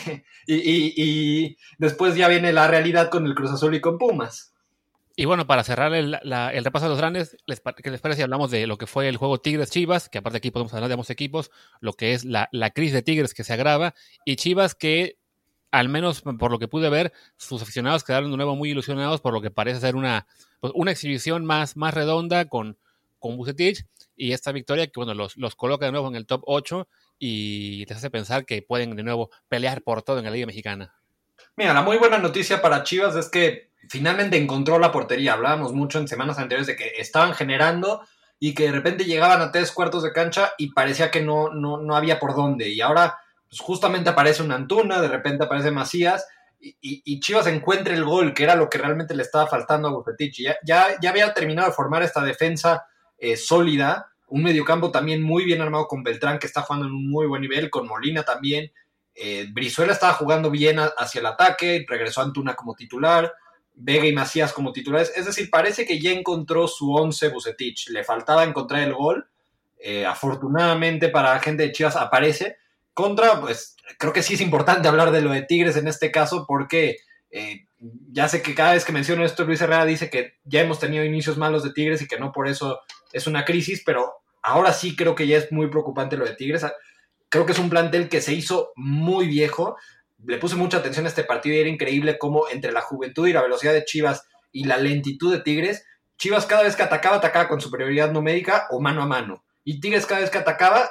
y después ya viene la realidad con el Cruz Azul y con Pumas. Y bueno, para cerrar el repaso de los grandes, ¿qué les parece si hablamos de lo que fue el juego Tigres-Chivas? Que aparte aquí podemos hablar de ambos equipos, lo que es la crisis de Tigres que se agrava, y Chivas que, al menos por lo que pude ver, sus aficionados quedaron de nuevo muy ilusionados por lo que parece ser una exhibición más redonda con Vucetich, y esta victoria que bueno los coloca de nuevo en el top 8 y les hace pensar que pueden de nuevo pelear por todo en la Liga Mexicana. Mira, la muy buena noticia para Chivas es que finalmente encontró la portería. Hablábamos mucho en semanas anteriores de que estaban generando y que de repente llegaban a 3/4 de cancha y parecía que no había por dónde. Y ahora pues justamente aparece un Antuna, de repente aparece Macías, y Chivas encuentra el gol, que era lo que realmente le estaba faltando a Vucetich. Ya había terminado de formar esta defensa sólida, un mediocampo también muy bien armado con Beltrán, que está jugando en un muy buen nivel, con Molina también. Brizuela estaba jugando bien hacia el ataque, regresó Antuna como titular, Vega y Macías como titulares. Es decir, parece que ya encontró su 11 Vucetich. Le faltaba encontrar el gol. Afortunadamente para la gente de Chivas aparece. Pues creo que sí es importante hablar de lo de Tigres en este caso, porque ya sé que cada vez que menciono esto, Luis Herrera dice que ya hemos tenido inicios malos de Tigres y que no por eso es una crisis, pero ahora sí creo que ya es muy preocupante lo de Tigres. Creo que es un plantel que se hizo muy viejo. Le puse mucha atención a este partido y era increíble cómo entre la juventud y la velocidad de Chivas y la lentitud de Tigres, Chivas cada vez que atacaba con superioridad numérica o mano a mano. Y Tigres cada vez que atacaba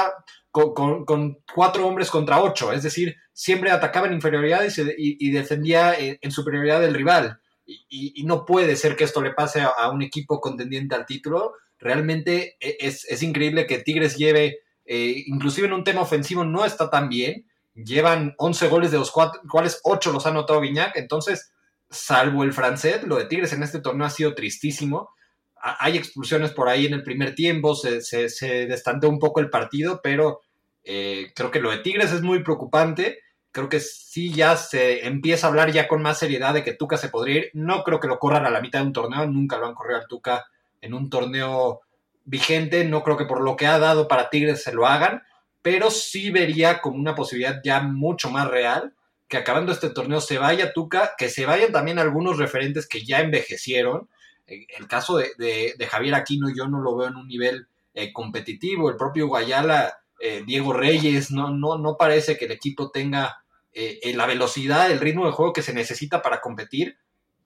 con 4 hombres contra 8. Es decir, siempre atacaba en inferioridad y defendía en superioridad del rival. Y no puede ser que esto le pase a un equipo contendiente al título. Realmente es increíble que Tigres lleve... inclusive en un tema ofensivo no está tan bien. Llevan 11 goles, de los cuales 8 los ha anotado Guiñac. Entonces, salvo el francés, lo de Tigres en este torneo ha sido tristísimo. Hay expulsiones por ahí en el primer tiempo, se destanteó un poco el partido, pero creo que lo de Tigres es muy preocupante. Creo que sí ya se empieza a hablar ya con más seriedad de que Tuca se podría ir. No creo que lo corran a la mitad de un torneo, nunca lo han corrido al Tuca en un torneo vigente. No creo que por lo que ha dado para Tigres se lo hagan, pero sí vería como una posibilidad ya mucho más real que acabando este torneo se vaya Tuca, que se vayan también algunos referentes que ya envejecieron. El caso de Javier Aquino yo no lo veo en un nivel competitivo. El propio Guayala, Diego Reyes, no parece que el equipo tenga la velocidad, el ritmo de juego que se necesita para competir.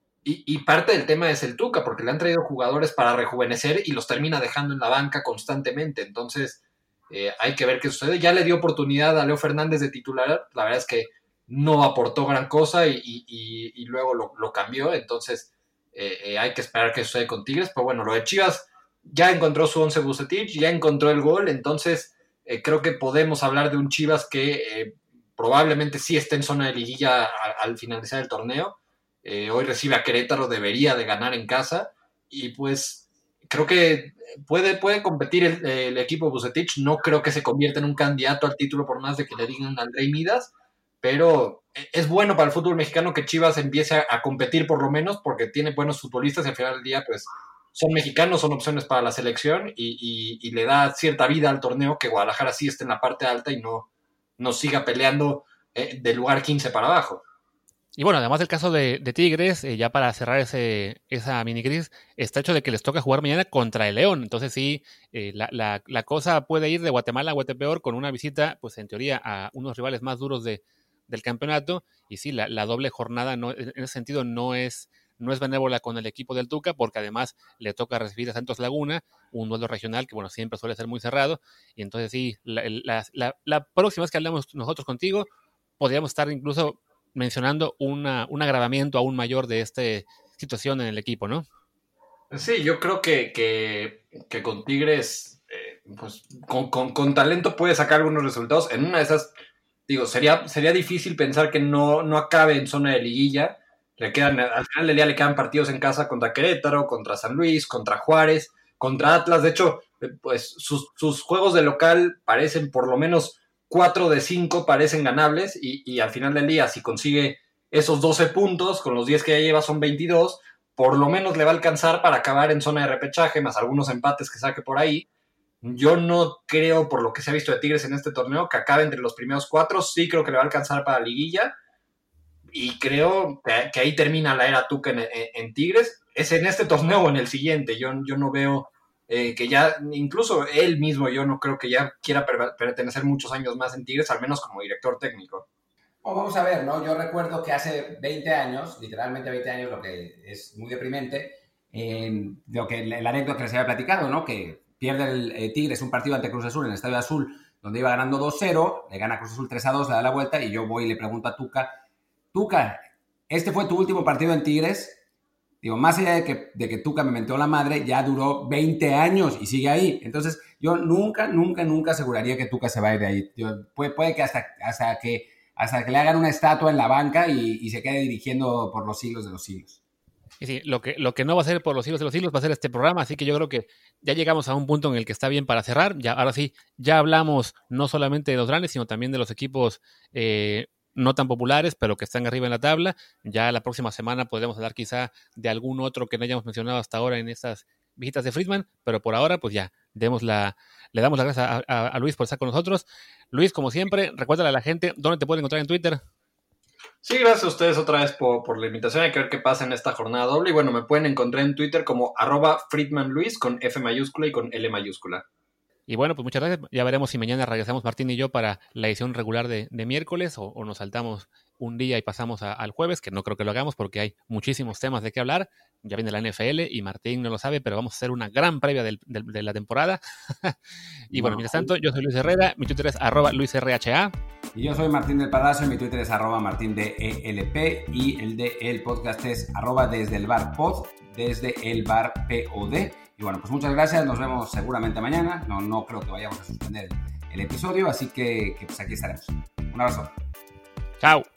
Y parte del tema es el Tuca, porque le han traído jugadores para rejuvenecer y los termina dejando en la banca constantemente. Entonces, hay que ver qué sucede. Ya le dio oportunidad a Leo Fernández de titular. La verdad es que no aportó gran cosa y luego lo cambió. Entonces, hay que esperar qué sucede con Tigres. Pero bueno, lo de Chivas ya encontró su 11 Vucetich, ya encontró el gol. Entonces, creo que podemos hablar de un Chivas que probablemente sí esté en zona de liguilla al finalizar el torneo. Hoy recibe a Querétaro, debería de ganar en casa, y pues creo que puede competir el equipo Vucetich. No creo que se convierta en un candidato al título por más de que le digan al Rey Midas, pero es bueno para el fútbol mexicano que Chivas empiece a competir por lo menos, porque tiene buenos futbolistas y al final del día pues son mexicanos, son opciones para la selección y le da cierta vida al torneo, que Guadalajara sí esté en la parte alta y no siga peleando del lugar 15 para abajo. Y bueno, además del caso de Tigres, ya para cerrar esa mini crisis, está hecho de que les toca jugar mañana contra el León. Entonces sí, la cosa puede ir de Guatemala a Guatepeor con una visita, pues en teoría, a unos rivales más duros del campeonato. Y sí, la doble jornada en ese sentido no es benévola con el equipo del Tuca, porque además le toca recibir a Santos Laguna, un duelo regional que bueno, siempre suele ser muy cerrado. Y entonces sí, la próxima vez que hablamos nosotros contigo, podríamos estar incluso mencionando un agravamiento aún mayor de esta situación en el equipo, ¿no? Sí, yo creo que con Tigres, pues con talento puede sacar algunos resultados. En una de esas, digo, sería difícil pensar que no acabe en zona de liguilla. Al final del día le quedan partidos en casa contra Querétaro, contra San Luis, contra Juárez, contra Atlas. De hecho, pues sus juegos de local parecen por lo menos 4 de 5 parecen ganables y al final del día, si consigue esos 12 puntos, con los 10 que ya lleva son 22, por lo menos le va a alcanzar para acabar en zona de repechaje, más algunos empates que saque por ahí. Yo no creo, por lo que se ha visto de Tigres en este torneo, que acabe entre los primeros 4. Sí creo que le va a alcanzar para la liguilla y creo que ahí termina la era Tuca en Tigres. Es en este torneo o en el siguiente. Yo no veo que ya, incluso él mismo, yo no creo que ya quiera pertenecer muchos años más en Tigres, al menos como director técnico. Vamos a ver, ¿no? Yo recuerdo que hace 20 años, literalmente 20 años, lo que es muy deprimente, lo que la anécdota que les había platicado, ¿no? Que pierde el Tigres un partido ante Cruz Azul en el Estadio Azul, donde iba ganando 2-0, le gana Cruz Azul 3-2, le da la vuelta y yo voy y le pregunto a Tuca, ¿este fue tu último partido en Tigres? Digo, más allá de que Tuca me mentó la madre, ya duró 20 años y sigue ahí. Entonces, yo nunca aseguraría que Tuca se va a ir de ahí. Puede que hasta que le hagan una estatua en la banca y se quede dirigiendo por los siglos de los siglos. Y sí, lo que no va a ser por los siglos de los siglos va a ser este programa, así que yo creo que ya llegamos a un punto en el que está bien para cerrar. Ahora sí, ya hablamos no solamente de los grandes, sino también de los equipos no tan populares, pero que están arriba en la tabla. Ya la próxima semana podremos hablar quizá de algún otro que no hayamos mencionado hasta ahora en estas visitas de Friedman, pero por ahora pues ya, le damos las gracias a Luis por estar con nosotros. Luis, como siempre, recuérdale a la gente dónde te pueden encontrar en Twitter. Sí, gracias a ustedes otra vez por la invitación. Hay que ver qué pasa en esta jornada doble. Y bueno, me pueden encontrar en Twitter como @FriedmanLuis con F mayúscula y con L mayúscula. Y bueno, pues muchas gracias. Ya veremos si mañana regresamos Martín y yo para la edición regular de miércoles o nos saltamos un día y pasamos al jueves, que no creo que lo hagamos porque hay muchísimos temas de qué hablar. Ya viene la NFL y Martín no lo sabe, pero vamos a hacer una gran previa de la temporada. Y bueno, mientras tanto, yo soy Luis Herrera, mi Twitter es @LuisRHA. Y yo soy Martín del Palacio y mi Twitter es @MartinDelp y el de el podcast es @desdelbarpod, desde el bar POD. Y bueno, pues muchas gracias, nos vemos seguramente mañana. No creo que vayamos a suspender el episodio, así que pues aquí estaremos. Un abrazo. Chao.